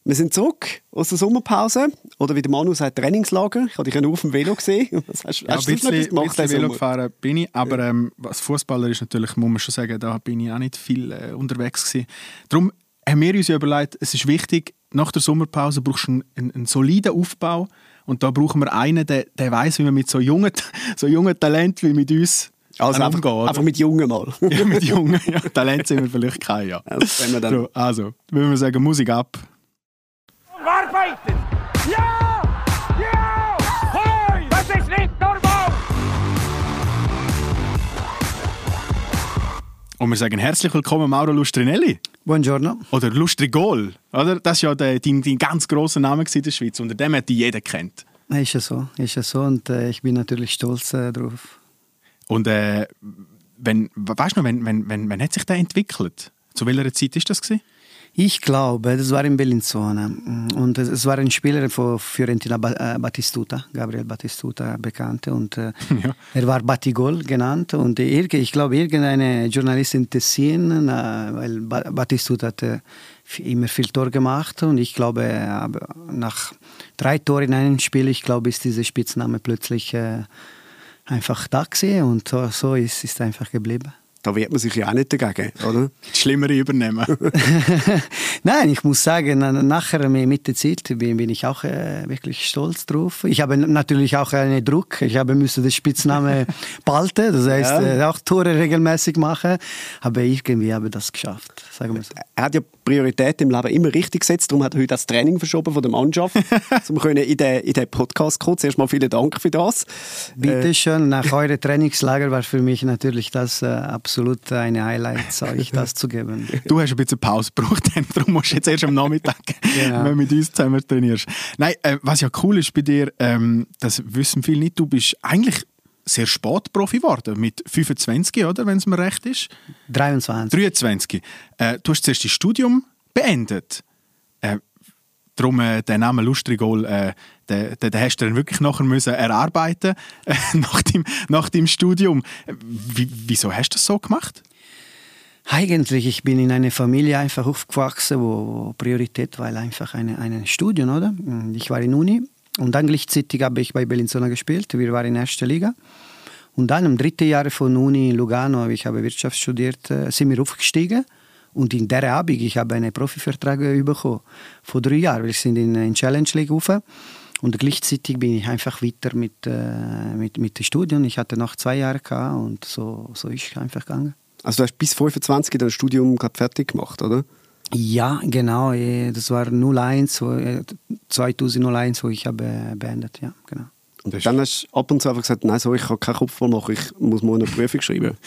Wir sind zurück aus der Sommerpause. Oder wie der Manu sagt, Trainingslager. Ich habe dich ja nur auf dem Velo gesehen. Hast ein bisschen Velo gefahren bin ich. Aber als Fußballer ist natürlich, muss man schon sagen, da bin ich auch nicht viel unterwegs gewesen. Darum haben wir uns überlegt, es ist wichtig, nach der Sommerpause brauchst du einen soliden Aufbau. Und da brauchen wir einen, der weiss, wie man mit so jungen Talenten wie mit uns einfach mit Jungen mal. Ja, mit Jungen. Ja. Talent sind wir vielleicht kein, ja. Also, würden wir sagen, Musik ab. Arbeiten! Ja! Ja! Hoi! Das ist nicht normal! Und wir sagen herzlich willkommen Mauro Lustrinelli. Buongiorno. Oder Lustrigol. Oder? Das war ja dein ganz grosser Name in der Schweiz. Unter dem hat dich jeder kennt. Ist ja so. Und ich bin natürlich stolz drauf. Und weißt du noch, wann hat sich der entwickelt? Zu welcher Zeit war das gewesen? Ich glaube, das war in Bellinzona. Und es war ein Spieler von Fiorentina, Battistuta, Gabriel Battistuta, bekannt. Und er war Battigol genannt. Und ich glaube, irgendeine Journalistin in Tessin, weil Battistuta hat immer viel Tor gemacht. Und ich glaube, nach 3 Toren in einem Spiel, ich glaube, ist dieser Spitzname plötzlich einfach da gewesen. Und so ist einfach geblieben. Da wehrt man sich ja auch nicht dagegen, oder? Das Schlimmere übernehmen. Nein, ich muss sagen, nachher mit der Zeit bin ich auch wirklich stolz drauf. Ich habe natürlich auch einen Druck. Ich musste den Spitznamen behalten, das heißt auch Tore regelmäßig machen. Aber irgendwie habe ich das geschafft, sagen wir so. Er hat ja Priorität im Leben immer richtig gesetzt, darum hat er heute das Training verschoben von der Mannschaft, um in den Podcast zu kommen. Zuerst mal vielen Dank für das. Bitte schön, nach eurem Trainingslager war für mich natürlich das absolut ein Highlight, euch das zu geben. Du hast ein bisschen Pause gebraucht, darum musst du jetzt erst am Nachmittag, wenn du mit uns zusammen trainierst. Nein, was ja cool ist bei dir, das wissen viele nicht, du bist eigentlich sehr spät Profi geworden, mit 25, oder, wenn es mir recht ist? 23. Du hast zuerst das Studium beendet. Darum den Namen Lustrigol, den hast du dann wirklich nachher müssen erarbeiten nach deinem Studium. Wieso hast du das so gemacht? Eigentlich, ich bin in einer Familie einfach aufgewachsen, wo Priorität war einfach ein Studium, oder? Ich war in Uni und dann gleichzeitig habe ich bei Bellinzona gespielt. Wir waren in der 1. Liga. Und dann im 3. Jahr von Uni in Lugano, ich habe Wirtschaft studiert, sind wir aufgestiegen. Und in der Abend, ich habe einen Profivertrag bekommen. Vor 3 Jahren. Wir sind in Challenge League rauf. Und gleichzeitig bin ich einfach weiter mit dem Studium. Ich hatte noch 2 Jahre gehabt und so ist es einfach gegangen. Also du hast bis 25 das Studium gerade fertig gemacht, oder? Ja, genau. Das war 2001, wo ich habe beendet. Ja, genau. Und dann hast du ab und zu einfach gesagt, nein, so, ich kann keinen Kopfball machen, ich muss mal eine Prüfung schreiben.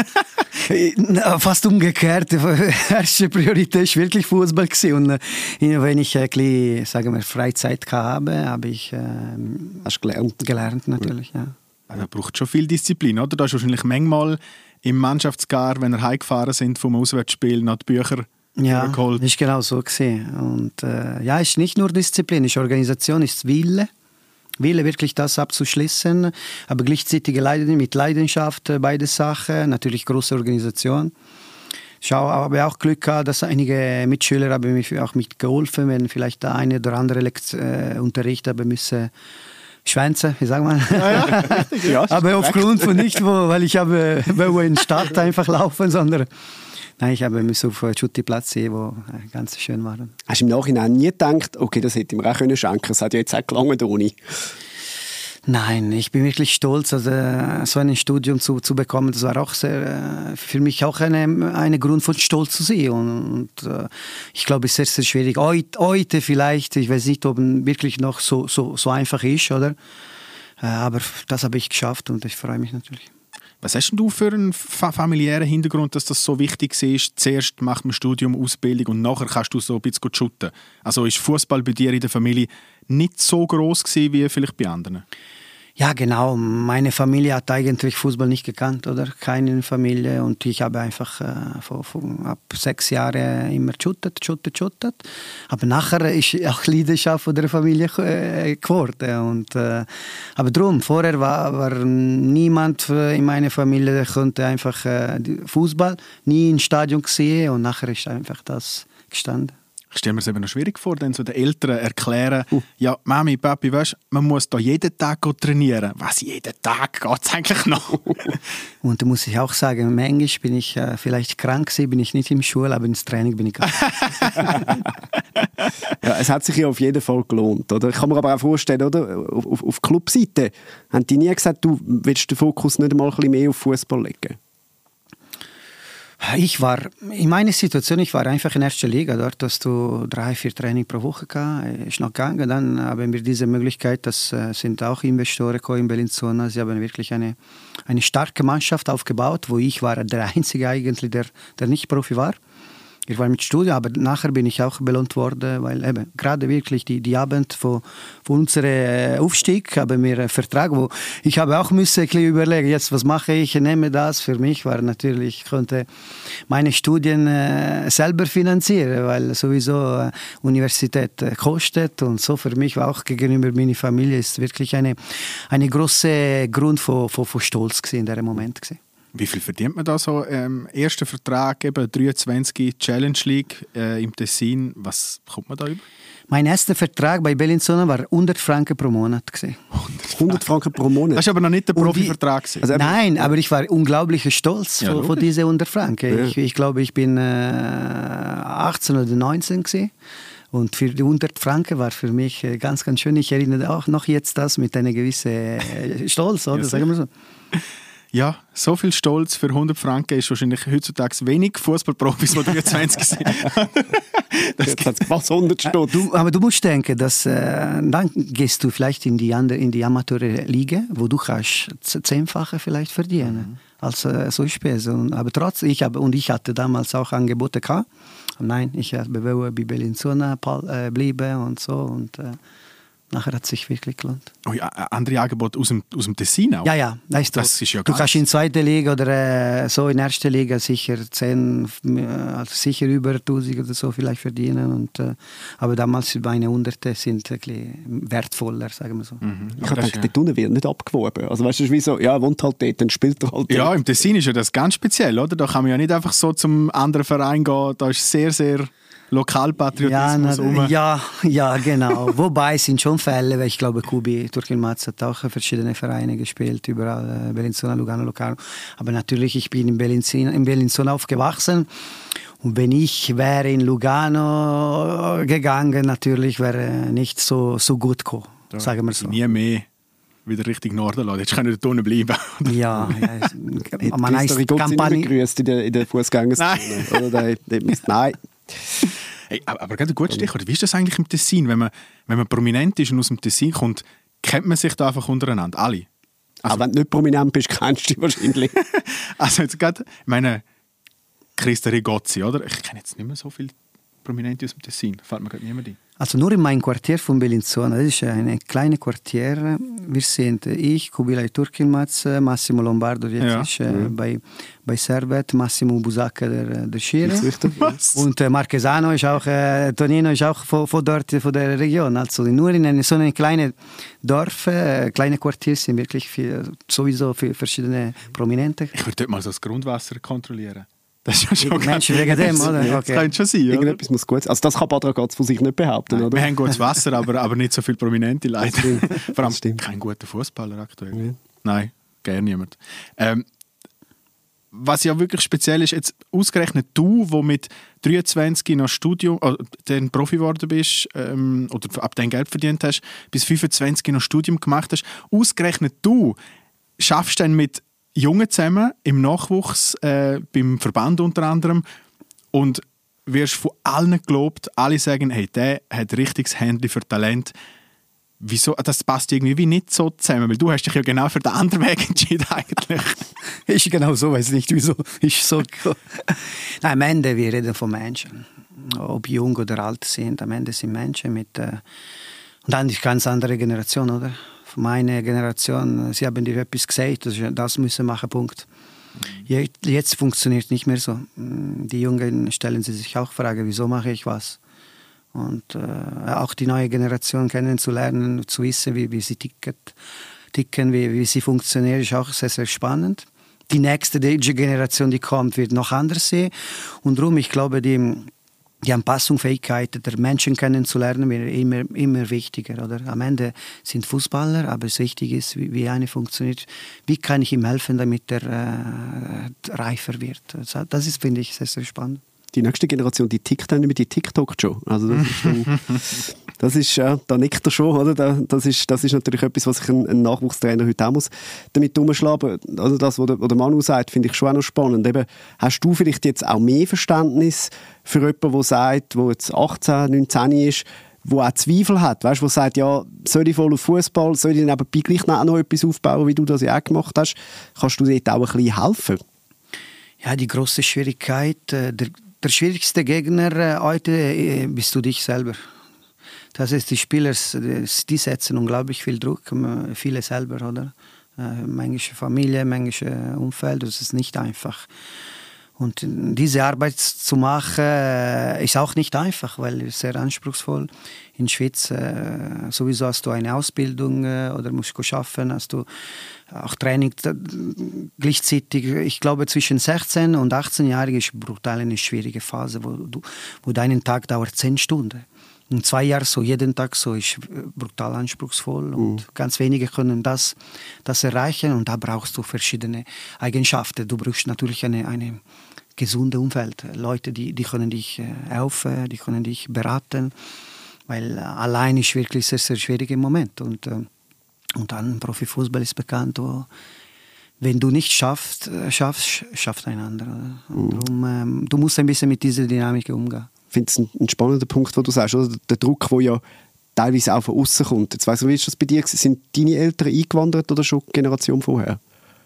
Fast umgekehrt. Die erste Priorität war wirklich Fußball. Und wenn ich ein bisschen, sagen wir, Freizeit habe, habe ich hast gelernt natürlich, ja. Da braucht schon viel Disziplin, oder? Da ist wahrscheinlich manchmal im Mannschaftsgar, wenn wir heimgefahren sind vom Auswärtsspiel, noch die Bücher geholt. Ja, ist genau so gesehen. Und es ist nicht nur Disziplin, es ist Organisation, es ist Wille, wirklich das abzuschließen, aber gleichzeitig mit Leidenschaft beide Sachen, natürlich große Organisation. Ich habe auch Glück gehabt, dass einige Mitschüler haben mir auch mitgeholfen, wenn vielleicht der eine oder andere Unterricht haben müssen schwänzen, wie sagt man? Ja, aber aufgrund von nicht, weil ich habe in der Stadt einfach laufen, sondern nein, ich habe mich auf einen Schuttiplatz sehen, wo ganz schön waren. Hast du im Nachhinein nie gedacht, okay, das hätte ich mir auch schenken können, es hat ja jetzt auch gelangt ohne? Nein, ich bin wirklich stolz, also, so ein Studium zu bekommen. Das war auch für mich auch ein Grund von Stolz zu sehen. Und ich glaube, es ist sehr, sehr schwierig. Heute vielleicht, ich weiß nicht, ob es wirklich noch so einfach ist, oder? Aber das habe ich geschafft und ich freue mich natürlich. Was hast denn du für einen familiären Hintergrund, dass das so wichtig ist? Zuerst macht man Studium, Ausbildung und nachher kannst du so ein bisschen shooten. Also ist Fußball bei dir in der Familie nicht so gross gewesen wie vielleicht bei anderen? Ja, genau. Meine Familie hat eigentlich Fußball nicht gekannt, oder? Keine Familie. Und ich habe einfach ab 6 Jahren immer geshootet. Aber nachher ist auch Leidenschaft von der Familie geworden. Und, aber darum, vorher war niemand in meiner Familie, der konnte einfach Fußball nie im Stadion sehen. Und nachher ist einfach das gestanden. Ich stelle mir es eben noch schwierig vor, dann so den Eltern erklären, ja, Mami, Papi, weißt, man muss da jeden Tag trainieren. Was, jeden Tag geht es eigentlich noch? Und da muss ich auch sagen, manchmal bin ich vielleicht krank gewesen, bin ich nicht in der Schule, aber ins Training bin ich gegangen. Ja, es hat sich ja auf jeden Fall gelohnt. Oder? Ich kann mir aber auch vorstellen, oder? Auf Clubseite haben die nie gesagt, du willst den Fokus nicht einmal ein bisschen mehr auf Fußball legen? Ich war, in meiner Situation, ich war einfach in erster Liga. Dort hast du 3-4 Training pro Woche gehabt. Ist noch gegangen. Dann haben wir diese Möglichkeit, das sind auch Investoren gekommen in Bellinzona. Sie haben wirklich eine starke Mannschaft aufgebaut, wo ich war der Einzige eigentlich, der nicht Profi war. Ich war mit Studium, aber nachher bin ich auch belohnt worden, weil eben gerade wirklich die Abend von unserem Aufstieg haben wir einen Vertrag, wo ich habe auch müssen überlegen, jetzt was mache ich, nehme das. Für mich war natürlich, ich konnte meine Studien selber finanzieren, weil sowieso Universität kostet und so. Für mich war auch gegenüber meiner Familie ist wirklich eine große Grund von Stolz in diesem Moment gewesen. Wie viel verdient man da so? Erster Vertrag, eben 23 Challenge League im Tessin. Was kommt man da über? Mein erster Vertrag bei Bellinzona war 100 Franken pro Monat. 100 Franken pro Monat? Das war aber noch nicht der Profivertrag. Also nein, aber ich war unglaublich stolz von diesen 100 Franken. Ja. Ich glaube, ich bin 18 oder 19 gewesen. Und für die 100 Franken war für mich ganz, ganz schön. Ich erinnere auch noch jetzt das mit einem gewissen Stolz, oder? Sagen wir so. Ja, so viel Stolz für 100 Franken ist wahrscheinlich heutzutage wenig Fußballprofis, die 23 sind. Jetzt hat es fast 100 Stunden. Aber du musst denken, dass, dann gehst du vielleicht in die Amateurliga, wo du kannst 10-fache vielleicht verdienen. Also so ist es. Aber trotzdem, ich hatte damals auch Angebote gehabt. Nein, ich habe bei Bellinzona bleiben und so. Und nachher hat es sich wirklich gelohnt. Oh ja, andere Angebote aus dem Tessin auch? Ja, das ist ja du kannst in zweiter Liga oder so in erster Liga sicher 10, also sicher über 1000 oder so vielleicht verdienen. Und, aber damals meine Hunderte sind ein bisschen wertvoller, sagen wir so. Ich habe gedacht, dort unten wird nicht abgewoben. Also weißt du, wie so, ja, wohnt halt dort, dann spielt er halt dort. Ja, im Tessin ist ja das ganz speziell, oder? Da kann man ja nicht einfach so zum anderen Verein gehen. Da ist sehr, sehr Lokalpatriotismus. Ja, genau. Wobei es sind schon Fälle, weil ich glaube, Kubi Turkilmaz hat auch verschiedene Vereine gespielt, überall Bellinzona, Lugano, Locarno. Aber natürlich, ich bin in Bellinzona aufgewachsen. Und wenn ich wäre in Lugano gegangen, natürlich wäre nicht so gut gekommen, sagen wir so. Nie mehr wieder Richtung Norden lassen. Jetzt können wir dort unten bleiben. Ja. Man heißt Kampagne begrüßt in der Fußgängerzone. Nein. Hey, aber gerade ein gutes Stichwort. Wie ist das eigentlich im Tessin? Wenn man prominent ist und aus dem Tessin kommt, kennt man sich da einfach untereinander, alle? Also, aber wenn du nicht prominent bist, kennst du dich wahrscheinlich. Also jetzt gerade, ich meine, Christa Rigozzi, oder? Ich kenne jetzt nicht mehr so viele Prominente aus dem Tessin. Fällt mir gerade niemand ein. Also nur in meinem Quartier von Bellinzona, das ist ein kleines Quartier. Wir sind ich, Kubilay Turkilmaz, Massimo Lombardo, jetzt ist bei Servet, Massimo Busacca, der Schiri. Und Marquesano ist auch, Tonino ist auch von dort, von der Region. Also nur in so einem kleinen Dorf, kleine Quartier sind wirklich sowieso verschiedene Prominente. Ich würde dort mal so das Grundwasser kontrollieren. Das ist ja schon Menschen wegen dem, oder? Okay. Das könnte schon sein, oder? Irgendetwas muss gut sein. Also das kann Bad Ragaz von sich nicht behaupten, Nein, oder? Wir haben gutes Wasser, aber nicht so viele Prominente leider. Vor allem kein guter Fußballer aktuell. Ja. Nein, gar niemand. Was ja wirklich speziell ist, jetzt ausgerechnet du, wo mit 23 noch Studium, dann Profi geworden bist, oder ab dem Geld verdient hast, bis 25 noch Studium gemacht hast, ausgerechnet du schaffst dann mit Jungen zusammen im Nachwuchs, beim Verband unter anderem, und wirst von allen gelobt. Alle sagen, hey, der hat richtiges Händchen für Talent. Wieso? Das passt irgendwie nicht so zusammen, weil du hast dich ja genau für den anderen Weg entschieden eigentlich. Ist genau so, weiß nicht wieso. Ist so. Nein, am Ende, wir reden von Menschen. Ob jung oder alt sind, am Ende sind Menschen mit und dann ist eine ganz andere Generation, oder? Meine Generation, sie haben dir etwas gesagt, das müssen wir machen, Punkt. Jetzt funktioniert es nicht mehr so. Die Jungen stellen sich auch Fragen, wieso mache ich was? Und auch die neue Generation kennenzulernen, zu wissen, wie sie ticken, wie sie funktionieren, ist auch sehr, sehr spannend. Die nächste Generation, die kommt, wird noch anders sehen. Und darum, ich glaube, die Anpassungsfähigkeit der Menschen kennenzulernen wird immer wichtiger. Oder? Am Ende sind Fußballer, aber es wichtig ist, wie eine funktioniert. Wie kann ich ihm helfen, damit er reifer wird? Das ist, finde ich, sehr, sehr spannend. Die nächste Generation, die tickt dann mit die TikTok schon. Also das ist da nickt er schon, oder? Das ist natürlich etwas, was sich ein Nachwuchstrainer heute auch muss damit umschlagen. Also das, was der Manu sagt, finde ich schon auch noch spannend. Eben, hast du vielleicht jetzt auch mehr Verständnis für jemanden, der sagt, der jetzt 18, 19 ist, der auch Zweifel hat, weißt, der sagt, ja, soll ich voll auf Fußball, soll ich nebenbei gleich noch etwas aufbauen, wie du das ja auch gemacht hast? Kannst du dort auch ein bisschen helfen? Ja, die große Schwierigkeit, der schwierigste Gegner heute bist du dich selber. Das heißt, die Spieler, die setzen unglaublich viel Druck, viele selber, oder? Manche Familie, manche Umfeld, das ist nicht einfach. Und diese Arbeit zu machen, ist auch nicht einfach, weil es sehr anspruchsvoll. In der Schweiz sowieso hast du eine Ausbildung oder musst du schaffen, hast du auch Training gleichzeitig. Ich glaube, zwischen 16 und 18-Jährigen ist brutal eine schwierige Phase, wo dein Tag dauert 10 Stunden. Und 2 Jahre so, jeden Tag so, ist brutal anspruchsvoll. Und ganz wenige können das erreichen. Und da brauchst du verschiedene Eigenschaften. Du brauchst natürlich eine gesunde Umfeld. Leute, die können dich helfen, die können dich beraten. Weil allein ist wirklich ein sehr, sehr schwieriger Moment. Und dann Profifußball ist bekannt, wo, wenn du nicht schaffst, schafft ein anderer. Darum, du musst ein bisschen mit dieser Dynamik umgehen. Ich finde es ein spannender Punkt, den du sagst, oder? Der Druck, der ja teilweise auch von außen kommt. Jetzt weiss ich, wie ist das bei dir? Sind deine Eltern eingewandert oder schon die Generation vorher?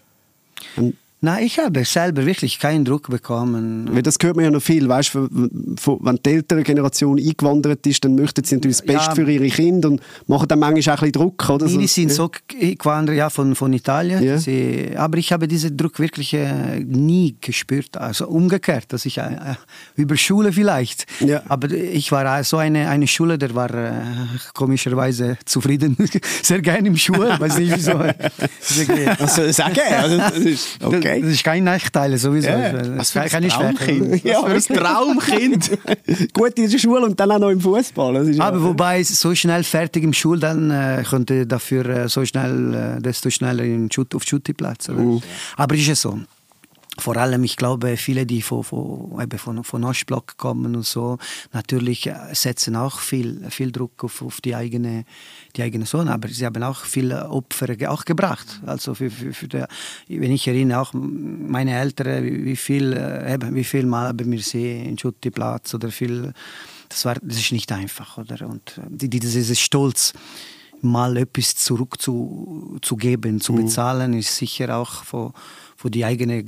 Nein, ich habe selber wirklich keinen Druck bekommen. Weil das hört man ja noch viel, weißt, wenn die ältere Generation eingewandert ist, dann möchten sie natürlich das Beste für ihre Kinder und machen dann manchmal auch ein bisschen Druck. Oder? Die sind so eingewandert, ja, von Italien. Ja. Aber ich habe diesen Druck wirklich nie gespürt. Also umgekehrt, dass ich über Schule vielleicht. Ja. Aber ich war so eine Schule, der war komischerweise zufrieden, sehr gerne im Schule. Weiß nicht wieso. Also sagen, also, das ist okay. Das ist kein Nachteil, sowieso. Yeah. Was für ein Traumkind. Ja, was für ein Traumkind. Gut in der Schule und dann auch noch im Fußball. Aber wobei so schnell fertig im Schule, dann könnte dafür so schnell, desto schneller auf Schuttiplatz. Aber ist es so. Vor allem, ich glaube, viele, die von Ostblock kommen und so, natürlich setzen auch viel Druck auf die eigene Zone, aber sie haben auch viele Opfer auch gebracht. Also wenn ich erinnere, auch meine Eltern, wie viel Mal haben wir sie in Schuttiplatz oder viel, das ist nicht einfach, oder? Und dieses Stolz, mal etwas zurückzugeben, zu bezahlen, ist sicher auch für die eigene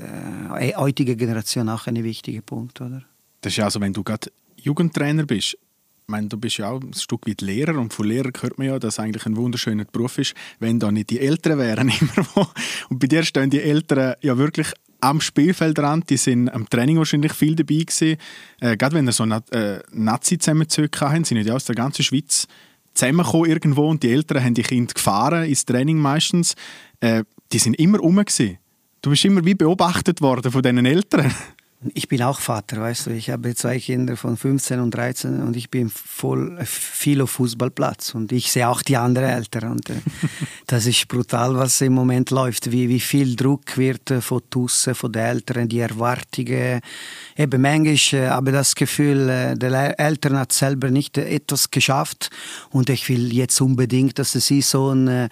heutige Generation auch ein wichtiger Punkt, oder? Das ist ja also, wenn du gerade Jugendtrainer bist, ich meine, du bist ja auch ein Stück weit Lehrer und von Lehrer hört man ja, dass es eigentlich ein wunderschöner Beruf ist, wenn da nicht die Eltern wären immer. Und bei dir stehen die Eltern ja wirklich am Spielfeldrand, die sind am Training wahrscheinlich viel dabei gewesen. Gerade wenn ihr so Nazi-Zusammenzüge hatten, sind ja aus der ganzen Schweiz zusammengekommen irgendwo und die Eltern haben die Kinder gefahren ins Training meistens. Die sind immer rum gewesen. Du bist immer wie beobachtet worden von deinen Eltern. Ich bin auch Vater, weißt du. Ich habe 2 Kinder von 15 und 13 und ich bin viel auf Fußballplatz. Und ich sehe auch die anderen Eltern. Und das ist brutal, was im Moment läuft. Wie viel Druck wird von draussen, von den Eltern, die Erwartungen. Eben manchmal habe ich das Gefühl, der Eltern hat selber nicht etwas geschafft. Und ich will jetzt unbedingt, dass sie so der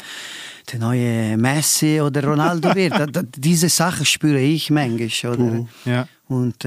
neue Messi oder Ronaldo wird. Diese Sache spüre ich manchmal. Oder? Ja. Und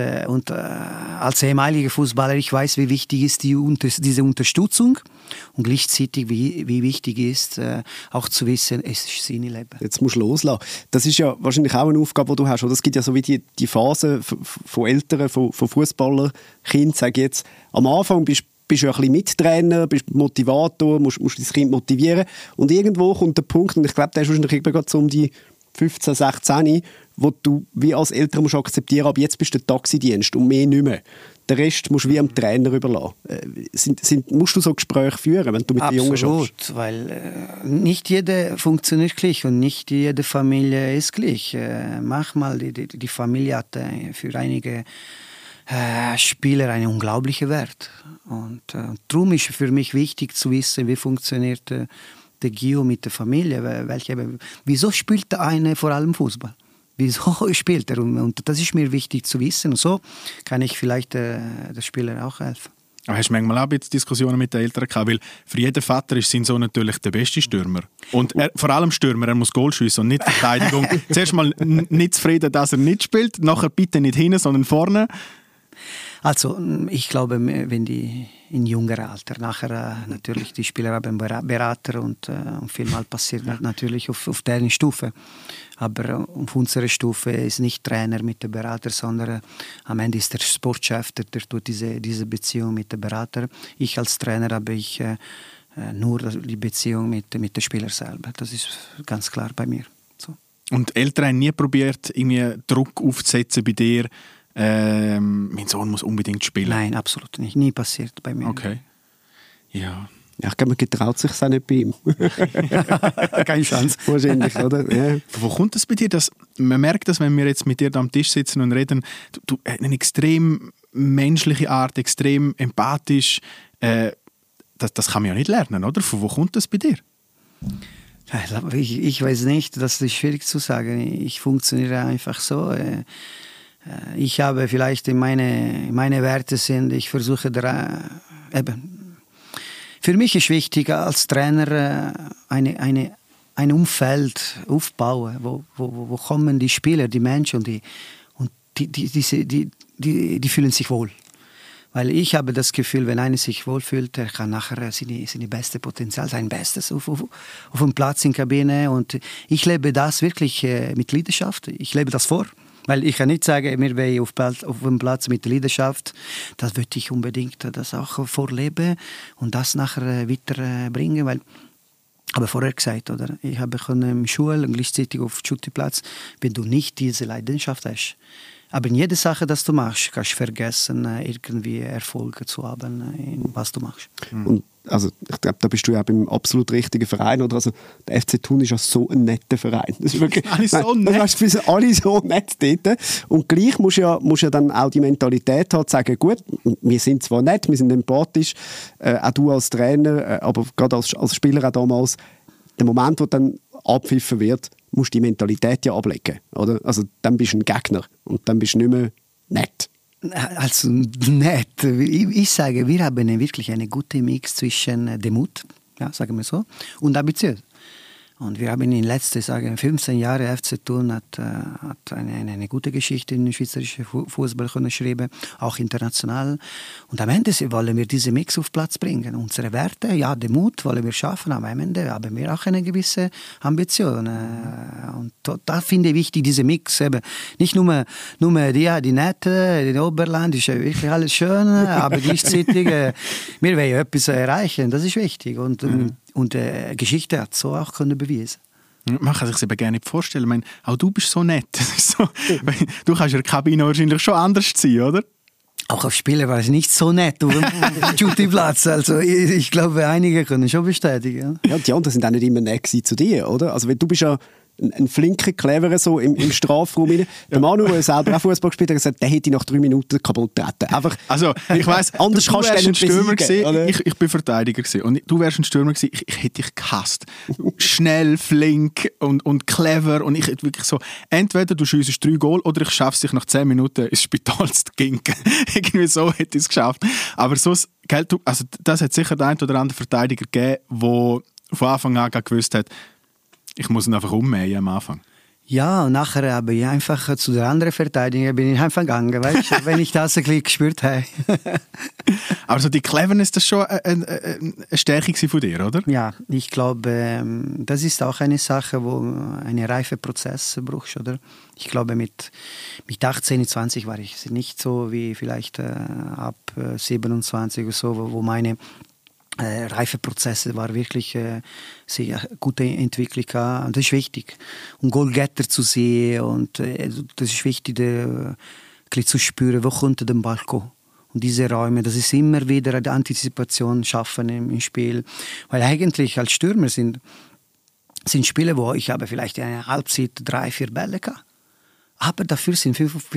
als ehemaliger Fußballer, ich weiß, wie wichtig ist diese Unterstützung und gleichzeitig wie wichtig ist, auch zu wissen, es ist sein Leben. Jetzt musst du loslassen. Das ist ja wahrscheinlich auch eine Aufgabe, die du hast. Oder? Es gibt ja so wie die Phase von Eltern, von Fußballer, Kind, sage ich jetzt. Am Anfang bist du ja ein bisschen Mittrainer, bist Motivator, musst dein Kind motivieren. Und irgendwo kommt der Punkt, und ich glaube, der ist wahrscheinlich gerade so um die 15, 16, wo du wie als Eltern musst akzeptieren, aber jetzt bist du der Taxidienst und mehr nicht mehr. Den Rest musst du wie am Trainer überlassen. Musst du so Gespräche führen, wenn du mit den Jungen schaffst? Absolut, weil nicht jede funktioniert gleich und nicht jede Familie ist gleich. Manchmal die Familie hat für einige Spieler einen unglaublichen Wert. Und darum ist für mich wichtig zu wissen, wie funktioniert der Gio mit der Familie. Wieso spielt der eine vor allem Fußball? Wieso spielt er? Und das ist mir wichtig zu wissen. Und so kann ich vielleicht der Spieler auch helfen. Aber hast du manchmal auch ein bisschen Diskussionen mit den Eltern gehabt? Weil für jeden Vater ist sein Sohn natürlich der beste Stürmer. Und vor allem Stürmer, er muss Goal schiessen und nicht Verteidigung. Zuerst mal nicht zufrieden, dass er nicht spielt, nachher bitte nicht hinten, sondern vorne. Also ich glaube, wenn die in jüngerem Alter, nachher natürlich die Spieler haben Berater und vielmal passiert natürlich auf deren Stufe. Aber auf unserer Stufe ist nicht Trainer mit dem Berater, sondern am Ende ist der Sportchef, der tut diese Beziehung mit dem Berater. Ich als Trainer habe ich nur die Beziehung mit dem Spieler selber. Das ist ganz klar bei mir. So. Und Eltern haben nie probiert, irgendwie Druck aufzusetzen bei dir, mein Sohn muss unbedingt spielen? Nein, absolut nicht. Nie passiert bei mir. Okay. Ja. Ja, ich glaube, man getraut sich auch nicht bei ihm. Keine Chance. Wahrscheinlich, oder? Ja. Wo kommt das bei dir? Man merkt das, wenn wir jetzt mit dir da am Tisch sitzen und reden, du eine extrem menschliche Art, extrem empathisch. Das kann man ja nicht lernen, oder? Von wo kommt das bei dir? Ich weiß nicht, das ist schwierig zu sagen. Ich funktioniere einfach so. Ich habe vielleicht meine Werte sind, ich versuche eben. Für mich ist wichtig als Trainer ein Umfeld aufbauen, wo kommen die Spieler, die Menschen und die fühlen sich wohl. Weil ich habe das Gefühl, wenn einer sich wohlfühlt, er kann nachher seine beste Potenzial, sein Bestes auf dem Platz in der Kabine. Und ich lebe das wirklich mit Leidenschaft. Ich lebe das vor. Weil ich kann nicht sagen, wir wollen auf dem Platz mit Leidenschaft, das würde ich unbedingt das auch vorleben und das nachher weiterbringen, weil ich habe vorher gesagt, oder? Ich habe in der Schule und gleichzeitig auf dem Schuttiplatz, wenn du nicht diese Leidenschaft hast, aber in jeder Sache, die du machst, kannst du vergessen, irgendwie Erfolge zu haben, in was du machst. Und also, ich glaube, da bist du ja beim absolut richtigen Verein. Oder? Also, der FC Thun ist ja so ein netter Verein. Das ist wirklich, alle so nett. Wir sind alle so nett dort. Und gleich musst du ja dann auch die Mentalität haben, zu sagen, gut, wir sind zwar nett, wir sind empathisch, auch du als Trainer, aber gerade als Spieler auch damals, der Moment, wo dann abpfiffen wird, musst du die Mentalität ja ablegen. Oder? Also, dann bist du ein Gegner und dann bist du nicht mehr nett. Also nett. Ich sage, wir haben wirklich einen guten Mix zwischen Demut, ja, sagen wir so, und ambitiös. Und wir haben in den letzten 15 Jahren FC Thun hat eine gute Geschichte in den schweizerischen Fußball geschrieben, auch international. Und am Ende wollen wir diesen Mix auf Platz bringen. Unsere Werte, ja, den Mut wollen wir schaffen, aber am Ende haben wir auch eine gewisse Ambition. Und da finde ich wichtig, diesen Mix. Eben. Nicht nur die Nette, die Oberland, ist ja wirklich alles schön, aber gleichzeitig, wir wollen etwas erreichen, das ist wichtig. Und die Geschichte hat so auch beweisen. Man kann sich das eben gerne nicht vorstellen. Ich meine, auch du bist so nett. So, du kannst in der Kabine wahrscheinlich schon anders sein, oder? Auch auf Spielen war es nicht so nett auf dem Schuttiplatz. Also ich glaube, einige können schon bestätigen. Ja, die anderen sind auch nicht immer nett zu dir, oder? Also du bist ja ein flinker, cleverer so im Strafraum. Ja. Der Manu, der selber auch Fußball gespielt hat, gesagt, der hätte nach 3 Minuten kaputt getreten. Einfach, also, ich weiss, anders du wärst ein Stürmer gewesen, ich bin Verteidiger gewesen. Und du wärst ein Stürmer gewesen, ich hätte dich gehasst. Schnell, flink und clever. Und ich hätte wirklich so, entweder du schiessest 3 Goal oder ich schaffe es dich nach 10 Minuten ins Spital zu ginken. Irgendwie so hätte ich es geschafft. Aber sonst, also das hat sicher der ein oder andere Verteidiger gegeben, der von Anfang an gewusst hat, ich muss ihn einfach ummähen am Anfang. Ja, und nachher habe ich einfach zu der anderen Verteidigung bin ich einfach gegangen, weißt du, wenn ich das ein bisschen gespürt habe. Aber so die Cleverness, das war schon eine Stärke von dir, oder? Ja, ich glaube, das ist auch eine Sache, wo einen reifen Prozess brauchst, oder? Ich glaube, mit 18, 20 war ich nicht so wie vielleicht ab 27 oder so, wo meine Reifeprozesse war wirklich sehr gute Entwicklung. Und das ist wichtig. Und Goalgetter zu sehen und das ist wichtig, zu spüren, wo könnte der Ball kommen. Und diese Räume, das ist immer wieder eine Antizipation schaffen im Spiel. Weil eigentlich als Stürmer sind Spiele, wo ich habe vielleicht eine Halbzeit 3, 4 Bälle gehabt. Aber dafür sind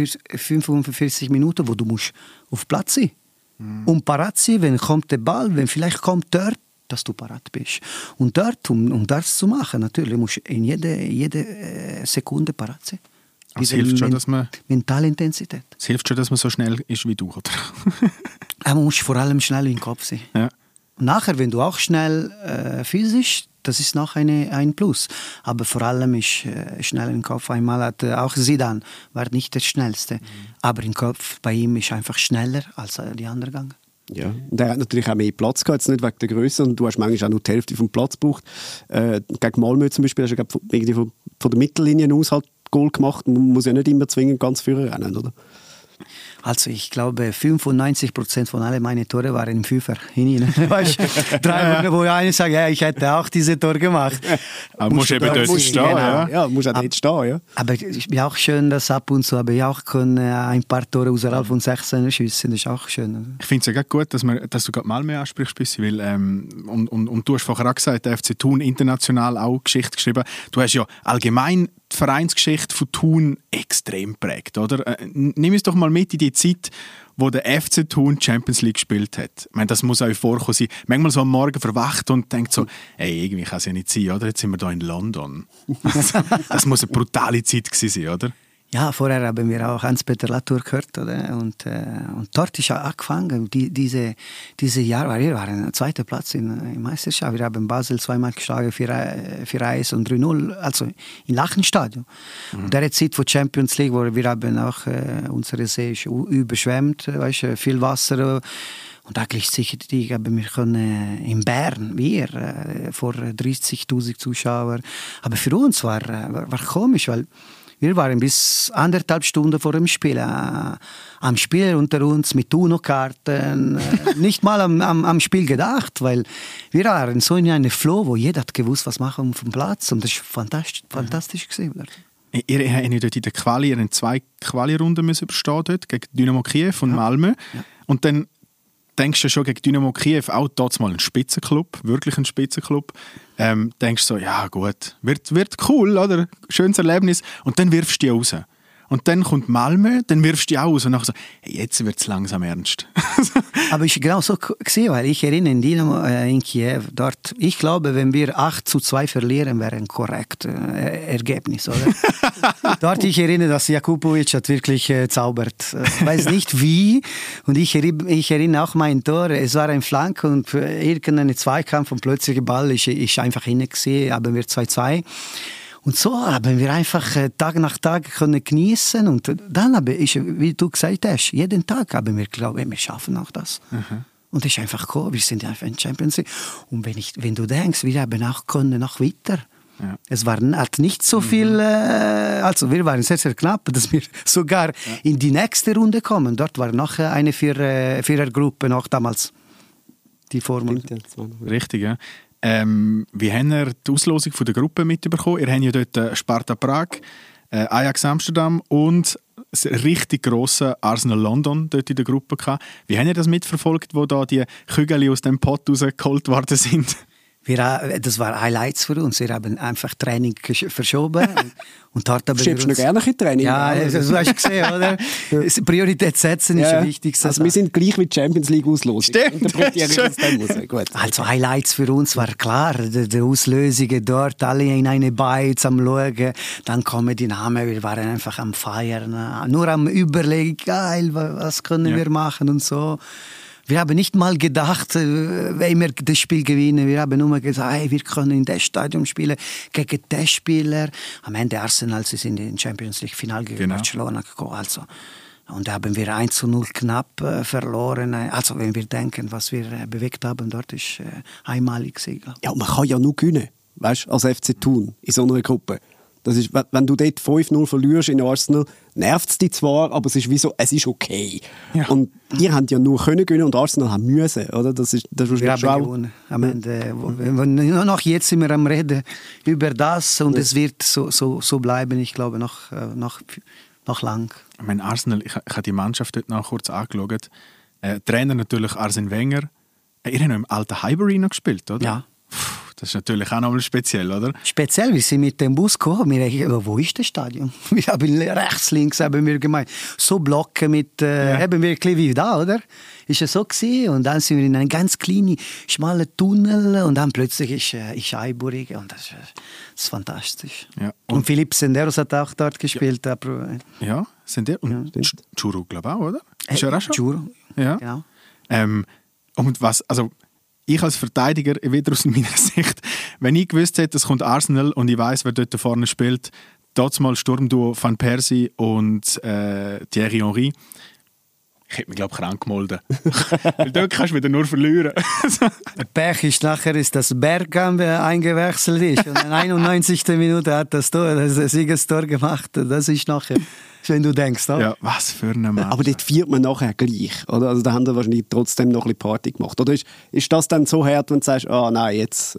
45 Minuten, wo du musst auf Platz sein musst. Und parat sein, wenn kommt der Ball, wenn vielleicht kommt dort, dass du parat bist. Und dort, um das zu machen, natürlich musst du in jede Sekunde parat sein. Es hilft schon, dass man... Mentale Intensität. Es hilft schon, dass man so schnell ist wie du, oder? Man muss vor allem schnell im Kopf sein. Ja. Und nachher, wenn du auch schnell physisch, das ist noch ein Plus. Aber vor allem ist schnell im Kopf. Einmal hat auch Zidane, war nicht der Schnellste. Aber im Kopf bei ihm ist einfach schneller als die anderen gegangen. Ja, und er hat natürlich auch mehr Platz gehabt, jetzt nicht wegen der Größe, und du hast manchmal auch nur die Hälfte vom Platz gebraucht. Gegen Malmö zum Beispiel hast du irgendwie von der Mittellinie aus halt Goal gemacht. Man muss ja nicht immer zwingend ganz vorne rennen, oder? Also ich glaube, 95% von allen meinen Tore waren im Fünfer hinein. Weißt, 3 wo einer sagt, ja, ich hätte auch diese Tor gemacht. Aber musst eben dort stehen. Genau. Ja, musst auch dort stehen. Ja. Aber es ist auch schön, dass ab und zu habe ich auch ein paar Tore außerhalb von 16 schiessen. Das ist auch schön. Ich finde es ja gut, dass du gerade Malmö ansprichst, weil, und du hast vorher auch gesagt, der FC Thun international auch Geschichte geschrieben. Du hast ja allgemein die Vereinsgeschichte von Thun extrem geprägt, oder? Nimm uns doch mal mit in die Zeit, wo der FC Thun Champions League gespielt hat. Ich meine, das muss euch vorkommen sein. Manchmal so am Morgen verwacht und denkt so, ey, irgendwie kann es ja nicht sein, oder? Jetzt sind wir da in London. Das muss eine brutale Zeit gewesen sein, oder? Ja, vorher haben wir auch Hans-Peter Latour gehört, oder? Und dort ist angefangen, diese Jahre, wir waren zweiter Platz in Meisterschaft. Wir haben Basel zweimal geschlagen, 4-1 und 3-0, also im Lachenstadion. Und der Zeit von Champions League, wo wir haben auch unsere See ist überschwemmt, weißt, viel Wasser. Und da gleichzeitig haben wir können in Bern, vor 30'000 Zuschauern. Aber für uns war komisch, weil wir waren bis 1,5 Stunden vor dem Spiel am Spiel unter uns mit UNO-Karten, nicht mal am Spiel gedacht, weil wir waren so in einem Flow, wo jeder hat gewusst, was machen wir vom Platz, und das war fantastisch gewesen. Ihr habt dort in der Quali, ihr habt 2 Quali-Runden überstehen dort, gegen Dynamo Kiew und Malmö. Ja. Und dann denkst du schon gegen Dynamo Kiew, auch dort mal ein Spitzenclub, wirklich ein Spitzenclub. Denkst so, ja gut, wird cool, oder? Schönes Erlebnis. Und dann wirfst du die raus. Und dann kommt Malmö, dann wirfst du die aus und nachher so, hey, jetzt wird es langsam ernst. Aber ich genau so gesehen, weil ich erinnere in Dynamo in Kiew, dort, ich glaube, wenn wir 8-2 verlieren, wäre ein korrektes Ergebnis, oder? Dort, ich erinnere, dass Jakubovic hat wirklich zaubert. Ich weiß nicht wie, und ich erinnere auch mein Tor, es war ein Flank und irgendein Zweikampf und plötzlich der Ball ist einfach hinten gesehen, haben wir 2-2. Und so haben wir einfach Tag nach Tag können genießen, und dann habe ich, wie du gesagt hast, jeden Tag haben wir geglaubt, wir schaffen auch das. Und es ist einfach cool, wir sind einfach in Champions League. Und wenn du denkst, wir haben auch können noch weiter. Ja. Es hat nicht so viel, also wir waren sehr, sehr knapp, dass wir sogar in die nächste Runde kommen. Dort war noch eine Vierergruppe noch damals, die Formel. Richtig, ja. Wie habt ihr die Auslosung von der Gruppe mitbekommen? Ihr habt ja dort Sparta Prag, Ajax Amsterdam und das richtig grosse Arsenal London dort in der Gruppe gehabt. Wie habt ihr das mitverfolgt, wo da die Kügel aus dem Pott rausgeholt worden sind? Das war Highlights für uns. Wir haben einfach Training verschoben. Und dort haben wir noch gerne ein Training? Ja, das hast du gesehen, oder? Priorität setzen ist wichtig. Also wir sind gleich wie die Champions League Auslosung. Stimmt. Gut. Also Highlights für uns war klar, die Auslösungen dort, alle in eine Beiz am Schauen. Dann kommen die Namen, wir waren einfach am Feiern, nur am Überlegen, geil, was können wir machen und so. Wir haben nicht mal gedacht, wenn wir das Spiel gewinnen. Wir haben nur gesagt, hey, wir können in das Stadion spielen gegen den Spieler. Am Ende Arsenal, sie sind in den Champions League Final gegen Barcelona gekommen. Also. Und da haben wir 1-0 knapp verloren. Also wenn wir denken, was wir bewegt haben, dort ist einmalig gewesen. Ja, man kann ja nur gewinnen, weißt, als FC Thun in so einer Gruppe. Das ist, wenn du dort 5-0 verlierst in Arsenal, nervt es dich zwar, aber es ist wie so, es ist okay. Ja. Und ihr habt ja nur können gewinnen und Arsenal haben müssen, oder? Das wir haben gewonnen. Am Ende, noch jetzt sind wir am Reden über das, und es wird so bleiben, ich glaube, noch lang. Ich meine, Arsenal, ich habe die Mannschaft dort noch kurz angeschaut. Trainer natürlich Arsene Wenger. Ihr habt noch im alten Highbury noch gespielt, oder? Ja. Das ist natürlich auch nochmal speziell, oder? Speziell, wir sind mit dem Bus gekommen. Wir dachten, wo ist das Stadion? Wir haben rechts, links haben wir gemeint. So Blöcke mit, haben wir wie da, oder? Ist es so gewesen? Und dann sind wir in einen ganz kleinen, schmalen Tunnel und dann plötzlich ist Eiburg und das ist fantastisch. Ja. Und Philipp Senderos hat auch dort gespielt. Ja, Senderos. Und Churu, glaube ich auch, oder? Ist er auch schon? Churu, ja. Genau. Und was, also ich als Verteidiger, wieder aus meiner Sicht, wenn ich gewusst hätte, es kommt Arsenal und ich weiss, wer dort vorne spielt, dort mal Sturmduo Van Persie und Thierry Henry, ich hätte mich, glaube ich, krank gemeldet. Weil dort kannst du wieder nur verlieren. Der Pech ist nachher, dass Bergkamp eingewechselt ist. Und in der 91. Minute hat das Siegestor gemacht. Das ist nachher, wenn du denkst. Oder? Ja, was für ein Mann. Aber dort feiert man nachher gleich. Oder? Also da haben wir wahrscheinlich trotzdem noch ein bisschen Party gemacht. Oder ist das dann so hart, wenn du sagst, nein, jetzt...